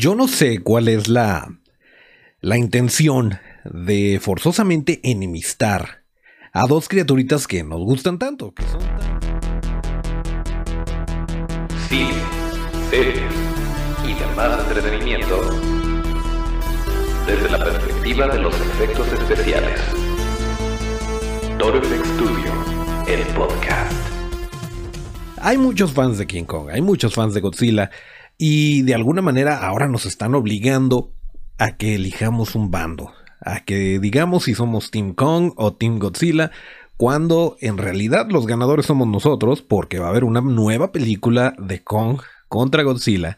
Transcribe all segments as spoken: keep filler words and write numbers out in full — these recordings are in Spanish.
Yo no sé cuál es la, la intención de forzosamente enemistar a dos criaturitas que nos gustan tanto, que son tan... Cine, series y demás entretenimiento desde la perspectiva de los efectos especiales. Toro Effect Studio, el podcast. Hay muchos fans de King Kong, hay muchos fans de Godzilla, y de alguna manera ahora nos están obligando a que elijamos un bando, a que digamos si somos Team Kong o Team Godzilla, cuando en realidad los ganadores somos nosotros, porque va a haber una nueva película de Kong contra Godzilla.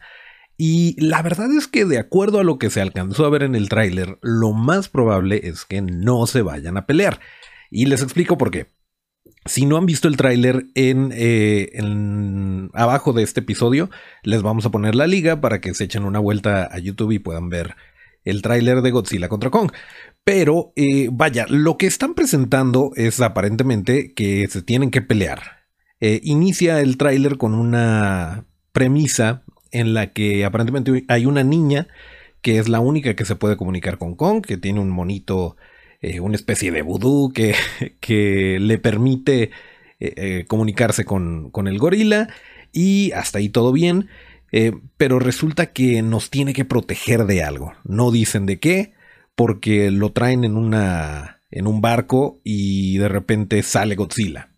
Y la verdad es que, de acuerdo a lo que se alcanzó a ver en el tráiler, lo más probable es que no se vayan a pelear. Y les explico por qué. Si no han visto el tráiler, en, eh, en abajo de este episodio les vamos a poner la liga para que se echen una vuelta a YouTube y puedan ver el tráiler de Godzilla contra Kong. Pero eh, vaya, lo que están presentando es aparentemente que se tienen que pelear. Eh, inicia el tráiler con una premisa en la que aparentemente hay una niña que es la única que se puede comunicar con Kong, que tiene un monito... Eh, una especie de vudú que, que le permite eh, eh, comunicarse con, con el gorila, y hasta ahí todo bien, eh, pero resulta que nos tiene que proteger de algo. No dicen de qué, porque lo traen en, una, en un barco y de repente sale Godzilla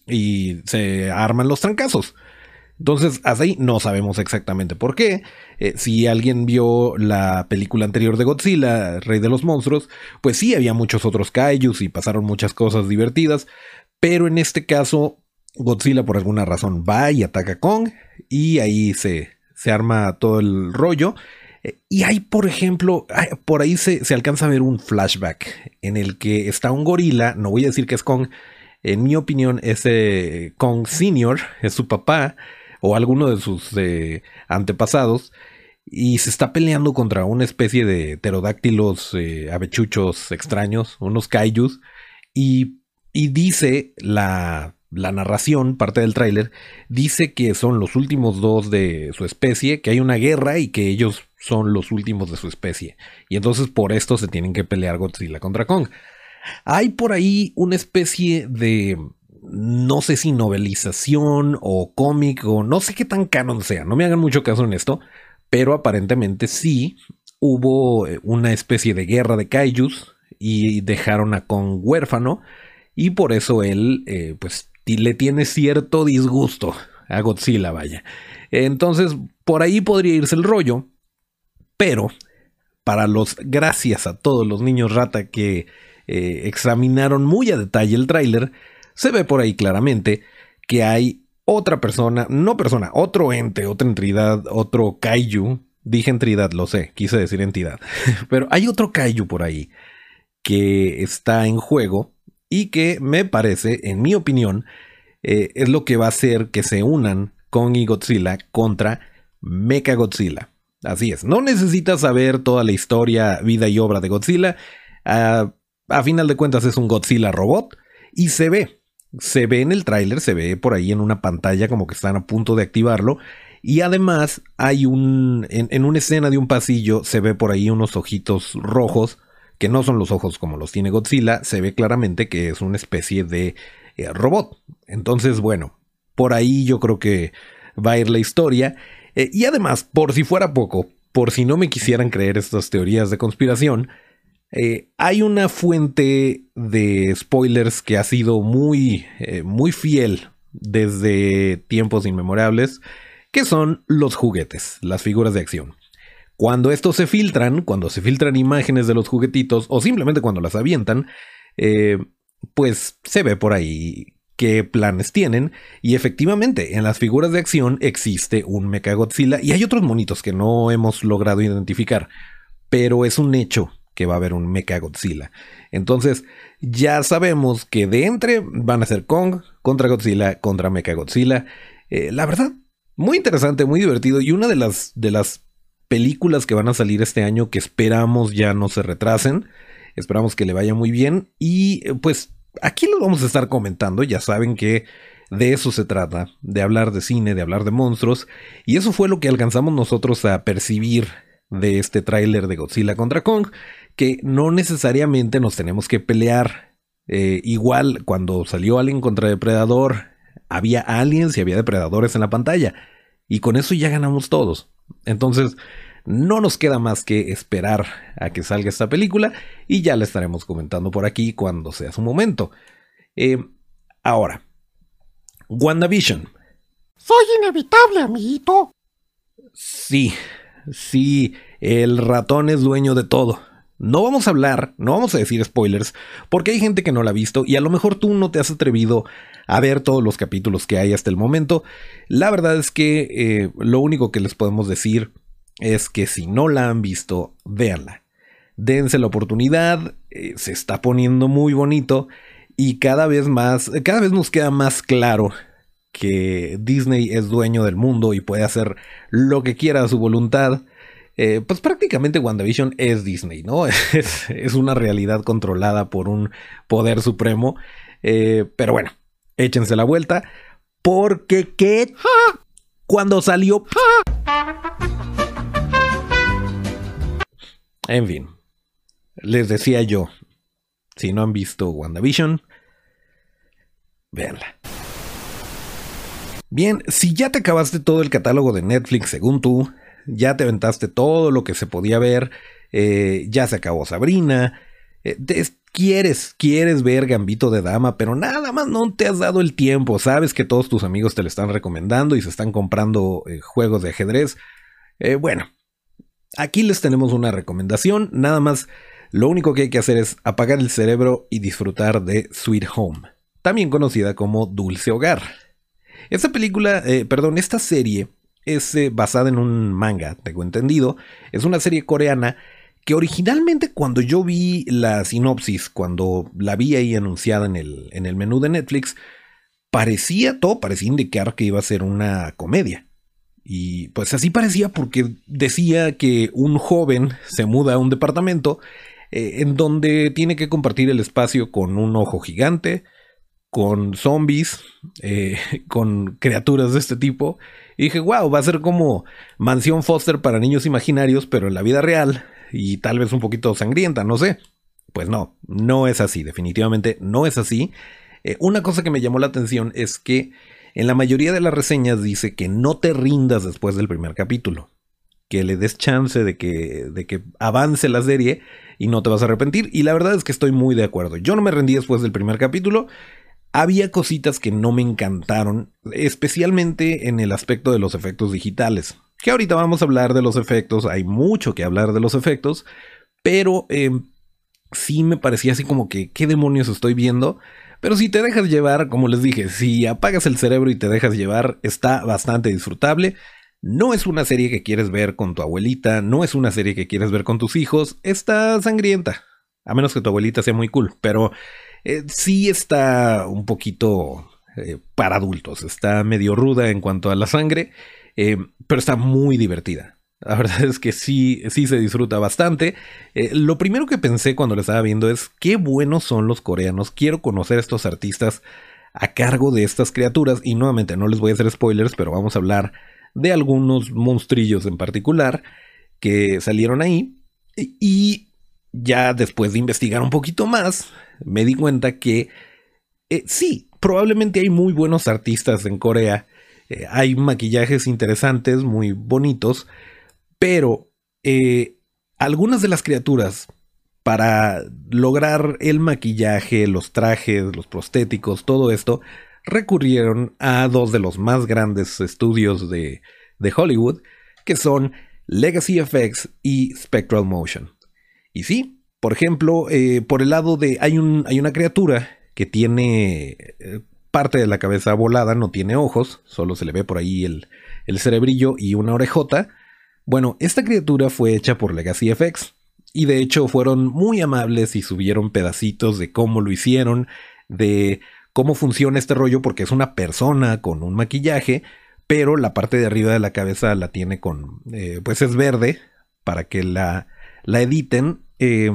y se arman los trancazos. Entonces, hasta ahí no sabemos exactamente por qué. Eh, si alguien vio la película anterior de Godzilla, Rey de los Monstruos, pues sí, había muchos otros kaijus y pasaron muchas cosas divertidas. Pero en este caso, Godzilla por alguna razón va y ataca a Kong, y ahí se, se arma todo el rollo. Eh, y hay, por ejemplo, hay, por ahí se, se alcanza a ver un flashback en el que está un gorila, no voy a decir que es Kong, en mi opinión es eh, Kong Senior, es su papá, o alguno de sus eh, antepasados, y se está peleando contra una especie de pterodáctilos, eh, avechuchos extraños, unos kaijus, y, y dice la, la narración, parte del tráiler, dice que son los últimos dos de su especie, que hay una guerra y que ellos son los últimos de su especie, y entonces por esto se tienen que pelear Godzilla contra Kong. Hay por ahí una especie de... no sé si novelización o cómic o no sé qué tan canon sea, no me hagan mucho caso en esto, pero aparentemente sí hubo una especie de guerra de kaijus y dejaron a Kong huérfano, y por eso él eh, pues le tiene cierto disgusto a Godzilla, vaya. Entonces por ahí podría irse el rollo, pero para los gracias a todos los niños rata que eh, examinaron muy a detalle el tráiler, se ve por ahí claramente que hay otra persona, no persona, otro ente, otra entidad, otro kaiju. Dije entidad, lo sé, quise decir entidad. Pero hay otro kaiju por ahí que está en juego y que me parece, en mi opinión, eh, es lo que va a hacer que se unan Kong y Godzilla contra Mechagodzilla. Así es, no necesitas saber toda la historia, vida y obra de Godzilla. Uh, a final de cuentas es un Godzilla robot y se ve. Se ve en el tráiler, se ve por ahí en una pantalla como que están a punto de activarlo. Y además hay un... En, en una escena de un pasillo se ve por ahí unos ojitos rojos, que no son los ojos como los tiene Godzilla. Se ve claramente que es una especie de eh, robot. Entonces, bueno, por ahí yo creo que va a ir la historia. Eh, y además, por si fuera poco, por si no me quisieran creer estas teorías de conspiración... Eh, hay una fuente de spoilers que ha sido muy, eh, muy fiel desde tiempos inmemorables, que son los juguetes, las figuras de acción. Cuando estos se filtran, cuando se filtran imágenes de los juguetitos, o simplemente cuando las avientan, eh, pues se ve por ahí qué planes tienen, y efectivamente en las figuras de acción existe un Mechagodzilla y hay otros monitos que no hemos logrado identificar, pero es un hecho que va a haber un Mechagodzilla. Entonces ya sabemos que de entre van a ser Kong contra Godzilla contra Mechagodzilla. Eh, la verdad, muy interesante, muy divertido, y una de las, de las películas que van a salir este año que esperamos ya no se retrasen. Esperamos que le vaya muy bien, y pues aquí lo vamos a estar comentando. Ya saben que de eso se trata, de hablar de cine, de hablar de monstruos, y eso fue lo que alcanzamos nosotros a percibir de este tráiler de Godzilla contra Kong, que no necesariamente nos tenemos que pelear. Eh, igual cuando salió Alien contra Depredador, había aliens y había depredadores en la pantalla, y con eso ya ganamos todos. Entonces no nos queda más que esperar a que salga esta película y ya la estaremos comentando por aquí cuando sea su momento. Eh, ahora, WandaVision. Soy inevitable, amiguito. Sí, sí, el ratón es dueño de todo. No vamos a hablar, no vamos a decir spoilers, porque hay gente que no la ha visto y a lo mejor tú no te has atrevido a ver todos los capítulos que hay hasta el momento. La verdad es que eh, lo único que les podemos decir es que si no la han visto, véanla. Dense la oportunidad, eh, se está poniendo muy bonito y cada vez más, cada vez nos queda más claro que Disney es dueño del mundo y puede hacer lo que quiera a su voluntad. Eh, pues prácticamente WandaVision es Disney, ¿no? Es, es una realidad controlada por un poder supremo. Eh, pero bueno, échense la vuelta. Porque ¿qué? Cuando salió... En fin, les decía yo, si no han visto WandaVision, véanla. Bien, si ya te acabaste todo el catálogo de Netflix según tú, ya te aventaste todo lo que se podía ver, eh, ya se acabó Sabrina, eh, te, quieres, quieres ver Gambito de Dama, pero nada más no te has dado el tiempo, sabes que todos tus amigos te lo están recomendando y se están comprando eh, juegos de ajedrez, eh, bueno, aquí les tenemos una recomendación, nada más lo único que hay que hacer es apagar el cerebro y disfrutar de Sweet Home, también conocida como Dulce Hogar. Esta película, eh, perdón, esta serie es eh, basada en un manga, tengo entendido. Es una serie coreana que originalmente cuando yo vi la sinopsis, cuando la vi ahí anunciada en el, en el menú de Netflix, parecía, todo parecía indicar que iba a ser una comedia. Y pues así parecía porque decía que un joven se muda a un departamento eh, en donde tiene que compartir el espacio con un ojo gigante, con zombies, eh, con criaturas de este tipo. Y dije, wow, va a ser como Mansión Foster para niños imaginarios, pero en la vida real y tal vez un poquito sangrienta, no sé. Pues no, no es así, definitivamente no es así. Eh, una cosa que me llamó la atención es que en la mayoría de las reseñas dice que no te rindas después del primer capítulo, que le des chance de que, de que avance la serie y no te vas a arrepentir. Y la verdad es que estoy muy de acuerdo. Yo no me rendí después del primer capítulo. Había cositas que no me encantaron, especialmente en el aspecto de los efectos digitales. Que ahorita vamos a hablar de los efectos, hay mucho que hablar de los efectos, pero eh, sí me parecía así como que, ¿qué demonios estoy viendo? Pero si te dejas llevar, como les dije, si apagas el cerebro y te dejas llevar, está bastante disfrutable. No es una serie que quieres ver con tu abuelita, no es una serie que quieres ver con tus hijos, está sangrienta, a menos que tu abuelita sea muy cool, pero... Eh, sí está un poquito eh, para adultos, está medio ruda en cuanto a la sangre, eh, pero está muy divertida. La verdad es que sí, sí se disfruta bastante. Eh, lo primero que pensé cuando lo estaba viendo es qué buenos son los coreanos, quiero conocer a estos artistas a cargo de estas criaturas y nuevamente no les voy a hacer spoilers, pero vamos a hablar de algunos monstrillos en particular que salieron ahí y ya después de investigar un poquito más me di cuenta que eh, sí, probablemente hay muy buenos artistas en Corea, eh, hay maquillajes interesantes, muy bonitos, pero eh, algunas de las criaturas para lograr el maquillaje, los trajes, los prostéticos, todo esto, recurrieron a dos de los más grandes estudios de, de Hollywood, que son Legacy F X y Spectral Motion. Y sí, por ejemplo, eh, por el lado de... Hay, un, hay una criatura que tiene eh, parte de la cabeza volada, no tiene ojos, solo se le ve por ahí el, el cerebrillo y una orejota. Bueno, esta criatura fue hecha por Legacy F X y de hecho fueron muy amables y subieron pedacitos de cómo lo hicieron, de cómo funciona este rollo, porque es una persona con un maquillaje, pero la parte de arriba de la cabeza la tiene con... Eh, pues es verde para que la, la editen. Eh,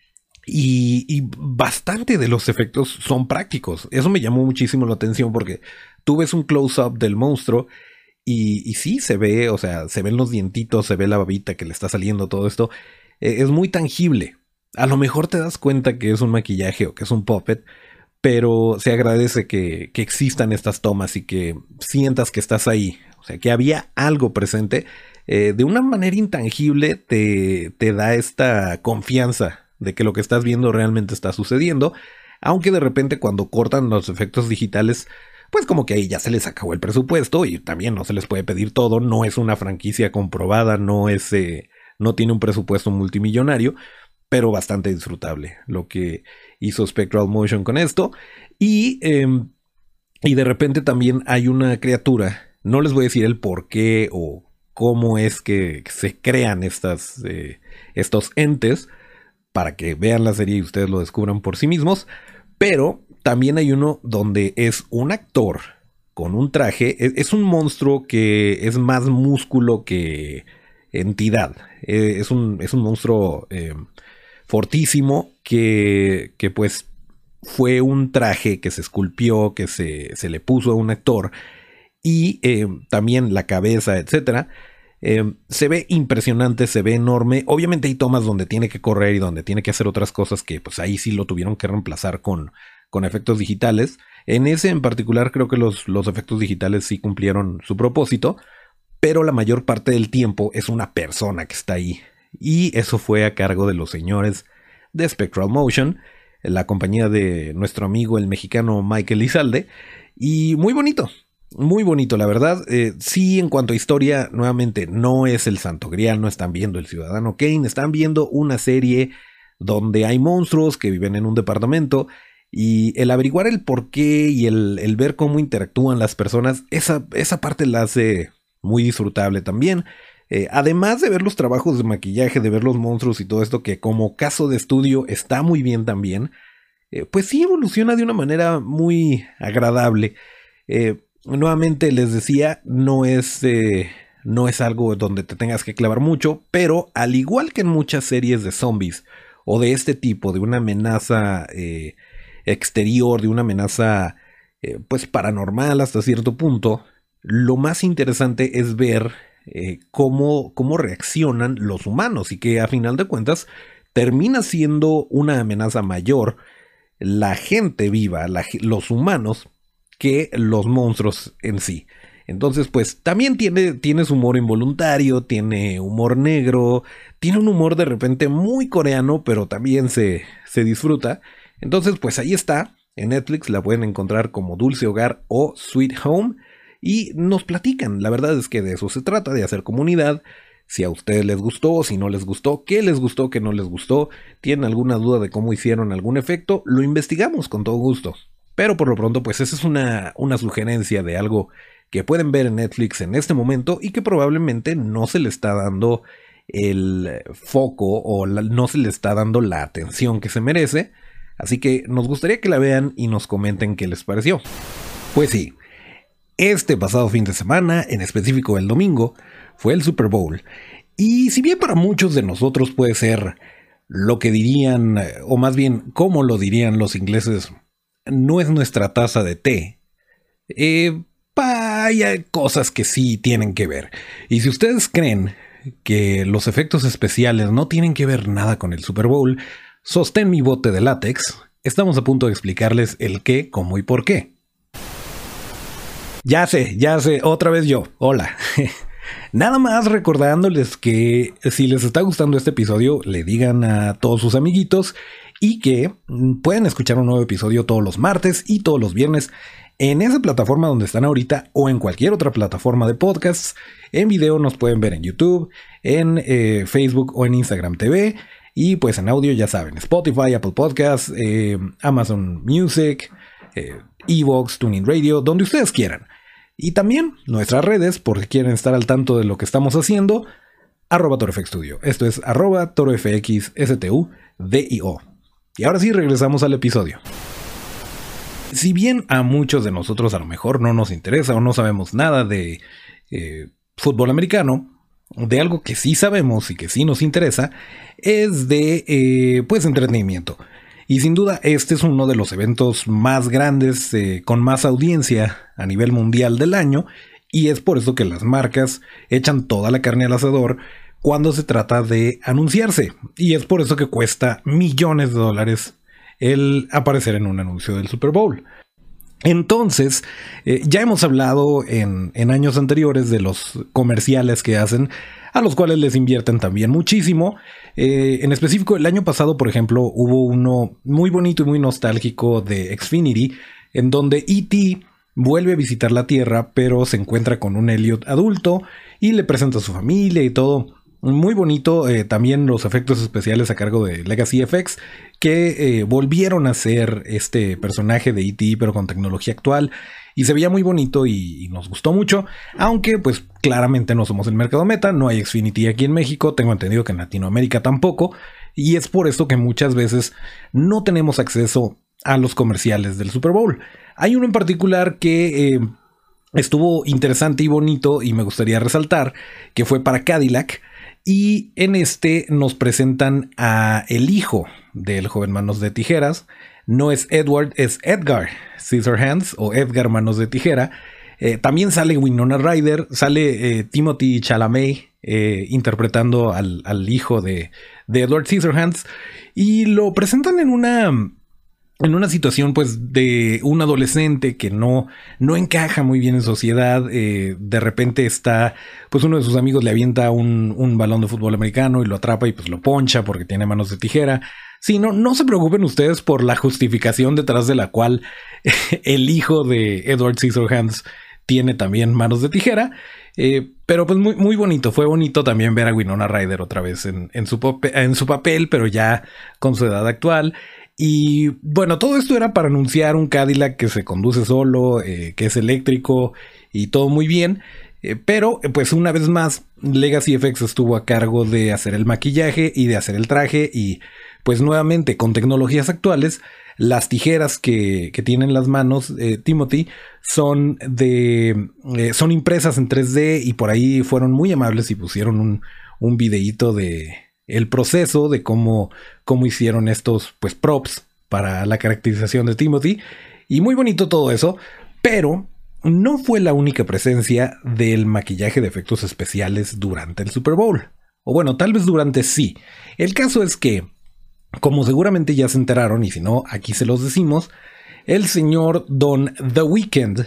y, y bastante de los efectos son prácticos. Eso me llamó muchísimo la atención porque tú ves un close-up del monstruo Y, y sí, se ve, o sea, se ven los dientitos, se ve la babita que le está saliendo, todo esto. Eh, es muy tangible. A lo mejor te das cuenta que es un maquillaje o que es un puppet, pero se agradece que, que existan estas tomas y que sientas que estás ahí. O sea, que había algo presente. Eh, de una manera intangible te, te da esta confianza de que lo que estás viendo realmente está sucediendo. Aunque de repente cuando cortan los efectos digitales, pues como que ahí ya se les acabó el presupuesto y también no se les puede pedir todo. No es una franquicia comprobada, no es, eh, no tiene un presupuesto multimillonario, pero bastante disfrutable lo que hizo Spectral Motion con esto. Y, eh, y de repente también hay una criatura, no les voy a decir el por qué o cómo es que se crean estas, eh, estos entes, para que vean la serie y ustedes lo descubran por sí mismos, pero también hay uno donde es un actor con un traje, es, es un monstruo que es más músculo que entidad, eh, es, un, es un monstruo eh, fortísimo que, que pues fue un traje que se esculpió, que se, se le puso a un actor y eh, también la cabeza, etcétera. Eh, se ve impresionante, se ve enorme. Obviamente hay tomas donde tiene que correr y donde tiene que hacer otras cosas que pues ahí sí lo tuvieron que reemplazar con, con efectos digitales. En ese en particular creo que los, los efectos digitales sí cumplieron su propósito, pero la mayor parte del tiempo es una persona que está ahí. Y eso fue a cargo de los señores de Spectral Motion, la compañía de nuestro amigo el mexicano Michael Lizalde. Y muy bonito. Muy bonito, la verdad. Eh, sí, en cuanto a historia, nuevamente, no es el Santo Grial, no están viendo el Ciudadano Kane, están viendo una serie donde hay monstruos que viven en un departamento y el averiguar el por qué y el, el ver cómo interactúan las personas, esa, esa parte la hace muy disfrutable también. Eh, además de ver los trabajos de maquillaje, de ver los monstruos y todo esto, que como caso de estudio está muy bien también, eh, pues sí evoluciona de una manera muy agradable. Eh, Nuevamente les decía, no es, eh, no es algo donde te tengas que clavar mucho, pero al igual que en muchas series de zombies o de este tipo, de una amenaza eh, exterior, de una amenaza eh, pues paranormal hasta cierto punto, lo más interesante es ver eh, cómo, cómo reaccionan los humanos y que a final de cuentas termina siendo una amenaza mayor la gente viva, la, los humanos, que los monstruos en sí. Entonces, pues, también tiene, tiene su humor involuntario, tiene humor negro, tiene un humor de repente muy coreano, pero también se, se disfruta. Entonces, pues ahí está, en Netflix la pueden encontrar como Dulce Hogar o Sweet Home, y nos platican, la verdad es que de eso se trata, de hacer comunidad. Si a ustedes les gustó, si no les gustó, qué les gustó, qué no les gustó, tienen alguna duda de cómo hicieron algún efecto, lo investigamos con todo gusto. Pero por lo pronto, pues esa es una, una sugerencia de algo que pueden ver en Netflix en este momento y que probablemente no se le está dando el foco o la, no se le está dando la atención que se merece. Así que nos gustaría que la vean y nos comenten qué les pareció. Pues sí, este pasado fin de semana, en específico el domingo, fue el Super Bowl. Y si bien para muchos de nosotros puede ser lo que dirían, o más bien cómo lo dirían los ingleses, no es nuestra taza de té, eh, hay cosas que sí tienen que ver. Y si ustedes creen que los efectos especiales no tienen que ver nada con el Super Bowl, sostén mi bote de látex. Estamos a punto de explicarles el qué, cómo y por qué. Ya sé, ya sé, otra vez yo. Hola. Nada más recordándoles que si les está gustando este episodio, le digan a todos sus amiguitos y que pueden escuchar un nuevo episodio todos los martes y todos los viernes en esa plataforma donde están ahorita o en cualquier otra plataforma de podcasts. En video nos pueden ver en YouTube, en eh, Facebook o en Instagram T V. Y pues en audio ya saben, Spotify, Apple Podcasts, eh, Amazon Music, eh, Evox, TuneIn Radio, donde ustedes quieran. Y también nuestras redes, por si quieren estar al tanto de lo que estamos haciendo, arroba ToroFXStudio. Esto es arroba ToroFXSTUDIO. Y ahora sí, regresamos al episodio. Si bien a muchos de nosotros a lo mejor no nos interesa o no sabemos nada de eh, fútbol americano, de algo que sí sabemos y que sí nos interesa, es de eh, pues entretenimiento. Y sin duda este es uno de los eventos más grandes, eh, con más audiencia a nivel mundial del año, Y es por eso que las marcas echan toda la carne al asador cuando se trata de anunciarse. Y es por eso que cuesta millones de dólares el aparecer en un anuncio del Super Bowl. Entonces, eh, ya hemos hablado en, en años anteriores de los comerciales que hacen, a los cuales les invierten también muchísimo. Eh, en específico, el año pasado, por ejemplo, hubo uno muy bonito y muy nostálgico de Xfinity, en donde E T vuelve a visitar la Tierra, pero se encuentra con un Elliot adulto y le presenta a su familia y todo. Muy bonito, eh, también los efectos especiales a cargo de Legacy F X, que eh, volvieron a ser este personaje de E T, pero con tecnología actual, y se veía muy bonito y, y nos gustó mucho, aunque pues claramente no somos el mercado meta, no hay Xfinity aquí en México, tengo entendido que en Latinoamérica tampoco, y es por esto que muchas veces no tenemos acceso a los comerciales del Super Bowl. Hay uno en particular que eh, estuvo interesante y bonito y me gustaría resaltar, que fue para Cadillac. Y en este nos presentan a el hijo del joven Manos de Tijeras. No es Edward, es Edgar Scissorhands o Edgar Manos de Tijera. Eh, también sale Winona Ryder, sale eh, Timothée Chalamet eh, interpretando al, al hijo de, de Edward Scissorhands. Y lo presentan en una... en una situación pues de un adolescente que no, no encaja muy bien en sociedad. Eh, de repente está, pues uno de sus amigos le avienta un, un balón de fútbol americano y lo atrapa y pues lo poncha porque tiene manos de tijera. Sí, no, no se preocupen ustedes por la justificación detrás de la cual el hijo de Edward Scissorhands tiene también manos de tijera. Eh, pero pues muy, muy bonito. Fue bonito también ver a Winona Ryder otra vez en, en, su, en su papel, pero ya con su edad actual. Y bueno, todo esto era para anunciar un Cadillac que se conduce solo, eh, que es eléctrico y todo muy bien. Eh, pero pues una vez más, Legacy F X estuvo a cargo de hacer el maquillaje y de hacer el traje. Y pues nuevamente con tecnologías actuales, las tijeras que, que tienen las manos eh, Timothy son, de, eh, son impresas en tres D y por ahí fueron muy amables y pusieron un, un videíto de... el proceso de cómo, cómo hicieron estos pues props para la caracterización de Timothy. Y muy bonito todo eso. Pero no fue la única presencia del maquillaje de efectos especiales durante el Super Bowl. O bueno, tal vez durante sí. El caso es que, como seguramente ya se enteraron, y si no, aquí se los decimos, el señor Don The Weeknd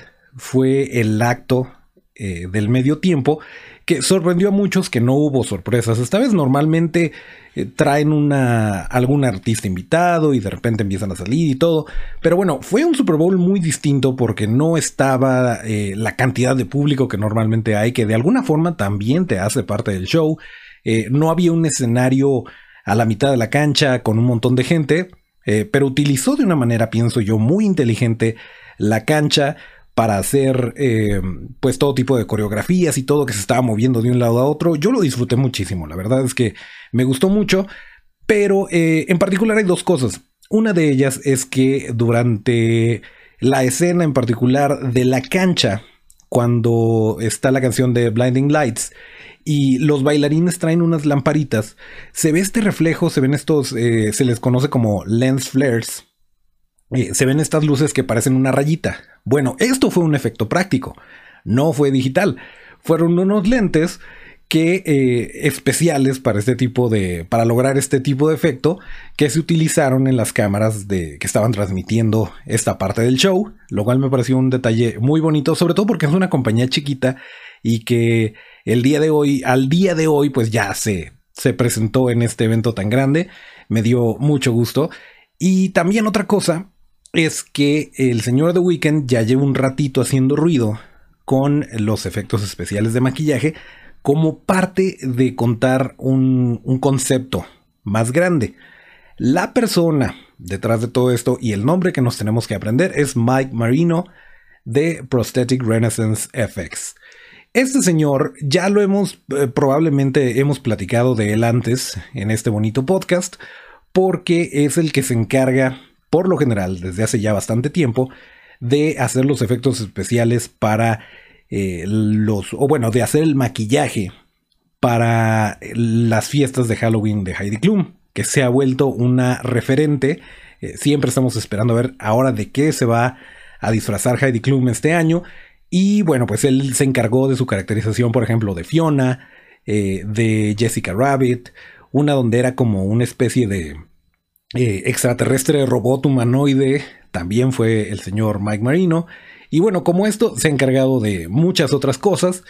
fue el acto eh, del medio tiempo que sorprendió a muchos, que no hubo sorpresas. Esta vez normalmente eh, traen una, algún artista invitado y de repente empiezan a salir y todo. Pero bueno, fue un Super Bowl muy distinto porque no estaba eh, la cantidad de público que normalmente hay, que de alguna forma también te hace parte del show. Eh, no había un escenario a la mitad de la cancha con un montón de gente, eh, pero utilizó de una manera, pienso yo, muy inteligente la cancha para hacer eh, pues todo tipo de coreografías y todo que se estaba moviendo de un lado a otro. Yo lo disfruté muchísimo, la verdad es que me gustó mucho, pero eh, en particular hay dos cosas. Una de ellas es que durante la escena en particular de la cancha, cuando está la canción de Blinding Lights y los bailarines traen unas lamparitas, se ve este reflejo, se ven estos, eh, se les conoce como lens flares. Eh, se ven estas luces que parecen una rayita. Bueno, esto fue un efecto práctico, no fue digital. Fueron unos lentes que eh, especiales para este tipo de, para lograr este tipo de efecto, que se utilizaron en las cámaras de que estaban transmitiendo esta parte del show, lo cual me pareció un detalle muy bonito, sobre todo porque es una compañía chiquita y que el día de hoy, al día de hoy, pues ya se, se presentó en este evento tan grande. Me dio mucho gusto. Y también otra cosa es que el señor The Weeknd ya lleva un ratito haciendo ruido con los efectos especiales de maquillaje como parte de contar un, un concepto más grande. La persona detrás de todo esto y el nombre que nos tenemos que aprender es Mike Marino de Prosthetic Renaissance F X. Este señor ya lo hemos, eh, probablemente hemos platicado de él antes en este bonito podcast, porque es el que se encarga, por lo general, desde hace ya bastante tiempo, de hacer los efectos especiales para eh, los, o bueno, de hacer el maquillaje para las fiestas de Halloween de Heidi Klum, que se ha vuelto una referente. Eh, siempre estamos esperando a ver ahora de qué se va a disfrazar Heidi Klum este año. Y bueno, pues él se encargó de su caracterización, por ejemplo, de Fiona, eh, de Jessica Rabbit, una donde era como una especie de eh, extraterrestre robot humanoide, también fue el señor Mike Marino. Y bueno, como esto, se ha encargado de muchas otras cosas.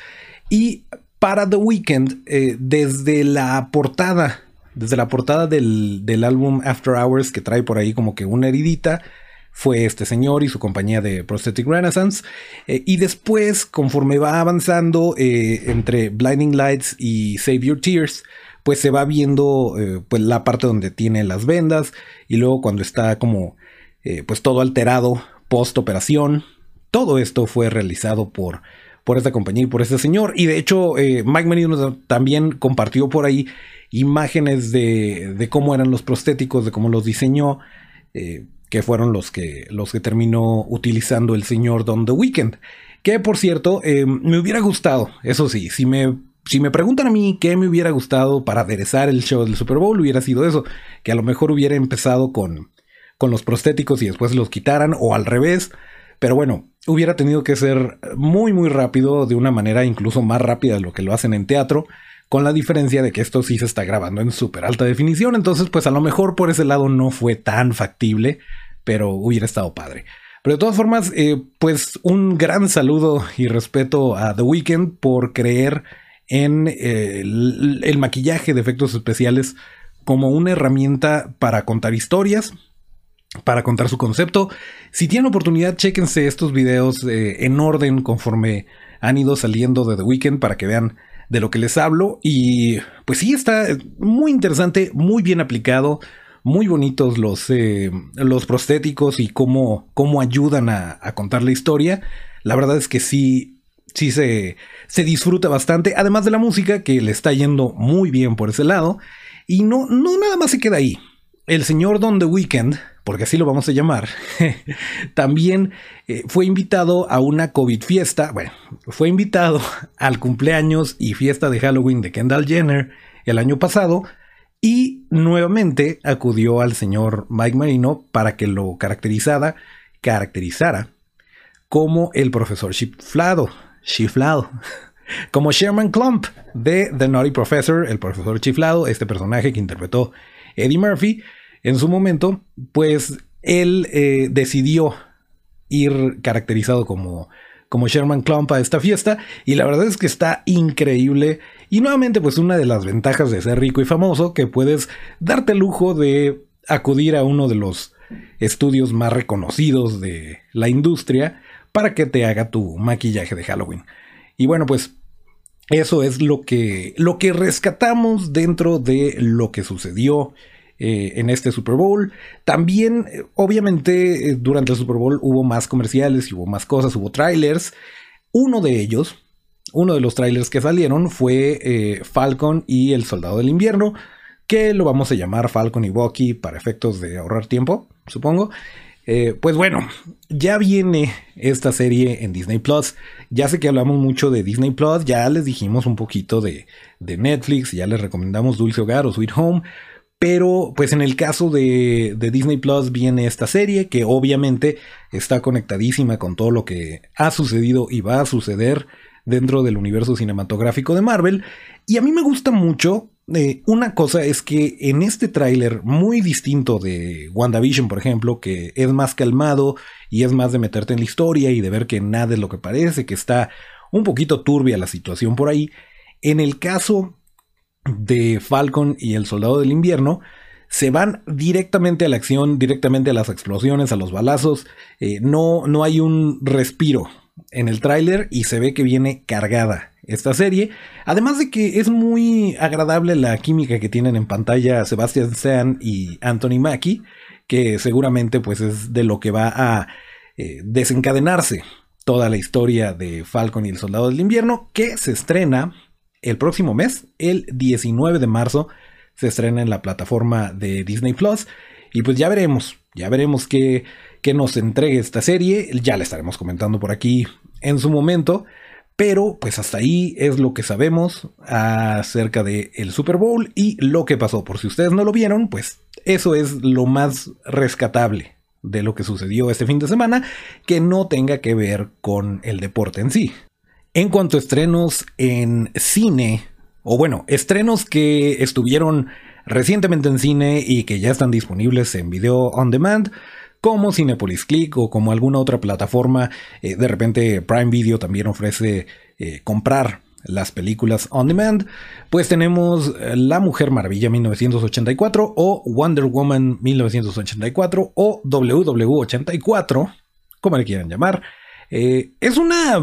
Y para The Weeknd, eh, desde la portada, desde la portada del, del álbum After Hours, que trae por ahí como que una heridita, fue este señor y su compañía de Prosthetic Renaissance. Eh, y después, conforme va avanzando eh, entre Blinding Lights y Save Your Tears, pues se va viendo eh, pues la parte donde tiene las vendas. Y luego cuando está como eh, pues todo alterado post operación. Todo esto fue realizado por, por esta compañía y por este señor. Y de hecho eh, Mike Marino también compartió por ahí imágenes de, de cómo eran los prostéticos, de cómo los diseñó, eh, que fueron los que, los que terminó utilizando el señor Don The Weeknd. Que por cierto, eh, me hubiera gustado, eso sí, si me, si me preguntan a mí qué me hubiera gustado para aderezar el show del Super Bowl, hubiera sido eso, que a lo mejor hubiera empezado con, con los prostéticos y después los quitaran, o al revés. Pero bueno, hubiera tenido que ser muy muy rápido, de una manera incluso más rápida de lo que lo hacen en teatro, con la diferencia de que esto sí se está grabando en súper alta definición. Entonces pues a lo mejor por ese lado no fue tan factible, pero hubiera estado padre. Pero de todas formas, eh, pues un gran saludo y respeto a The Weeknd por creer en eh, el, el maquillaje de efectos especiales como una herramienta para contar historias, para contar su concepto. Si tienen oportunidad, chéquense estos videos eh, en orden conforme han ido saliendo de The Weeknd para que vean de lo que les hablo. Y pues sí, está muy interesante, muy bien aplicado, muy bonitos los, eh, los prostéticos y cómo, cómo ayudan a, a contar la historia. La verdad es que sí, sí se, se disfruta bastante, además de la música, que le está yendo muy bien por ese lado. Y no, no nada más se queda ahí. El señor Don The Weeknd, porque así lo vamos a llamar, también eh, fue invitado a una COVID fiesta. Bueno, fue invitado al cumpleaños y fiesta de Halloween de Kendall Jenner el año pasado, y nuevamente acudió al señor Mike Marino para que lo caracterizara, caracterizara como el profesor chiflado, chiflado, como Sherman Klump de The Naughty Professor, el profesor chiflado, este personaje que interpretó Eddie Murphy. En su momento, pues él eh, decidió ir caracterizado como, como Sherman Klump a esta fiesta, y la verdad es que está increíble. Y nuevamente, pues una de las ventajas de ser rico y famoso, que puedes darte el lujo de acudir a uno de los estudios más reconocidos de la industria para que te haga tu maquillaje de Halloween. Y bueno, pues eso es lo que, lo que rescatamos dentro de lo que sucedió Eh, en este Super Bowl. También, eh, obviamente, eh, durante el Super Bowl hubo más comerciales y hubo más cosas, hubo trailers. Uno de ellos, uno de los trailers que salieron fue eh, Falcon y el Soldado del Invierno, que lo vamos a llamar Falcon y Bucky para efectos de ahorrar tiempo, supongo. Eh, pues bueno, ya viene esta serie en Disney Plus. Ya sé que hablamos mucho de Disney Plus, ya les dijimos un poquito de, de Netflix, ya les recomendamos Dulce Hogar o Sweet Home. Pero pues en el caso de, de Disney Plus viene esta serie que obviamente está conectadísima con todo lo que ha sucedido y va a suceder dentro del universo cinematográfico de Marvel. Y a mí me gusta mucho. Eh, una cosa es que en este tráiler, muy distinto de WandaVision, por ejemplo, que es más calmado y es más de meterte en la historia y de ver que nada es lo que parece, que está un poquito turbia la situación por ahí. En el caso de Falcon y el Soldado del Invierno, se van directamente a la acción, directamente a las explosiones, a los balazos. Eh, no, no hay un respiro en el tráiler y se ve que viene cargada esta serie. Además de que es muy agradable la química que tienen en pantalla Sebastian Stan y Anthony Mackie, que seguramente pues es de lo que va a eh, desencadenarse toda la historia de Falcon y el Soldado del Invierno, que se estrena el próximo mes, el diecinueve de marzo, se estrena en la plataforma de Disney Plus. Y pues ya veremos, ya veremos qué, qué nos entregue esta serie. Ya la estaremos comentando por aquí en su momento. Pero pues hasta ahí es lo que sabemos acerca del Super Bowl y lo que pasó. Por si ustedes no lo vieron, pues eso es lo más rescatable de lo que sucedió este fin de semana que no tenga que ver con el deporte en sí. En cuanto a estrenos en cine, o bueno, estrenos que estuvieron recientemente en cine y que ya están disponibles en video on demand, como Cinepolis Click o como alguna otra plataforma, eh, de repente Prime Video también ofrece eh, comprar las películas on demand, pues tenemos La Mujer Maravilla mil novecientos ochenta y cuatro o Wonder Woman mil novecientos ochenta y cuatro o W W ochenta y cuatro, como le quieran llamar. Eh, es una...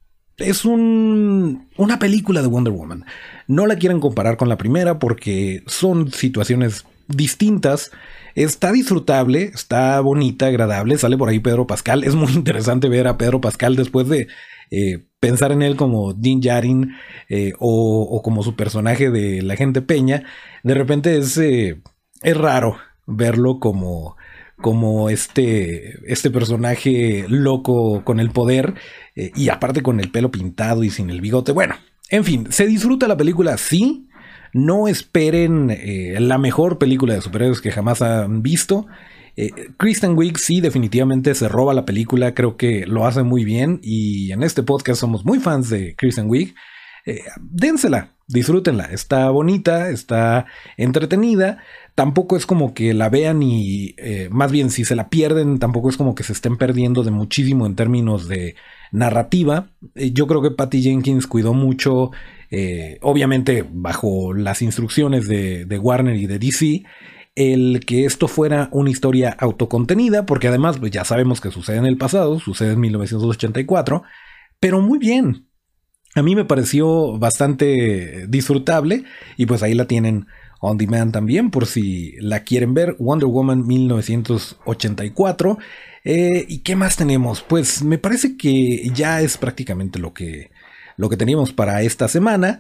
Es un, una película de Wonder Woman. No la quieran comparar con la primera porque son situaciones distintas. Está disfrutable, está bonita, agradable. Sale por ahí Pedro Pascal. Es muy interesante ver a Pedro Pascal después de eh, pensar en él como Din Djarin eh, o, o como su personaje de La Gente Peña. De repente es, eh, es raro verlo como... como este, este personaje loco con el poder eh, y aparte con el pelo pintado y sin el bigote. Bueno, en fin, se disfruta la película, sí. No esperen eh, la mejor película de superhéroes que jamás han visto. Eh, Kristen Wiig sí definitivamente se roba la película, creo que lo hace muy bien y en este podcast somos muy fans de Kristen Wiig. Eh, dénsela, disfrútenla, está bonita, está entretenida, tampoco es como que la vean y eh, más bien si se la pierden tampoco es como que se estén perdiendo de muchísimo en términos de narrativa. Eh, yo creo que Patty Jenkins cuidó mucho, eh, obviamente bajo las instrucciones de, de Warner y de D C, el que esto fuera una historia autocontenida, porque además pues, ya sabemos que sucede en el pasado, sucede en mil novecientos ochenta y cuatro, pero muy bien. A mí me pareció bastante disfrutable y pues ahí la tienen on demand también por si la quieren ver. Wonder Woman mil novecientos ochenta y cuatro. Eh, ¿Y qué más tenemos? Pues me parece que ya es prácticamente lo que, lo que teníamos para esta semana.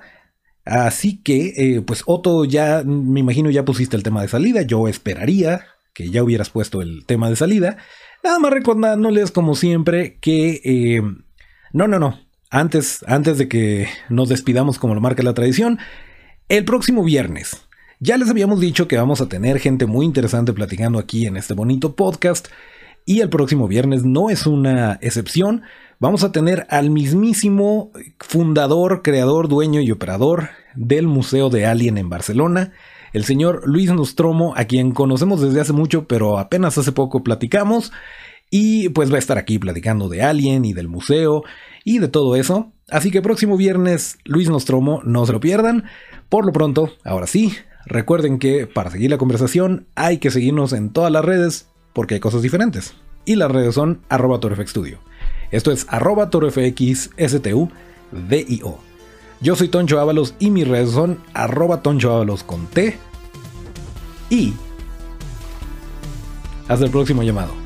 Así que, eh, pues Otto, ya me imagino ya pusiste el tema de salida. Yo esperaría que ya hubieras puesto el tema de salida. Nada más recordándoles como siempre que... Eh, no, no, no. Antes, antes de que nos despidamos como lo marca la tradición, el próximo viernes, ya les habíamos dicho que vamos a tener gente muy interesante platicando aquí en este bonito podcast, y el próximo viernes no es una excepción. Vamos a tener al mismísimo fundador, creador, dueño y operador del Museo de Alien en Barcelona, el señor Luis Nostromo, a quien conocemos desde hace mucho, pero apenas hace poco platicamos, y pues va a estar aquí platicando de Alien y del museo y de todo eso. Así que próximo viernes, Luis Nostromo, no se lo pierdan. Por lo pronto, ahora sí, recuerden que para seguir la conversación hay que seguirnos en todas las redes porque hay cosas diferentes. Y las redes son arroba torofxstudio. Esto es arroba torofxstudio. Yo soy Toncho Ábalos y mis redes son arroba Toncho Ábalos con T. Y hasta el próximo llamado.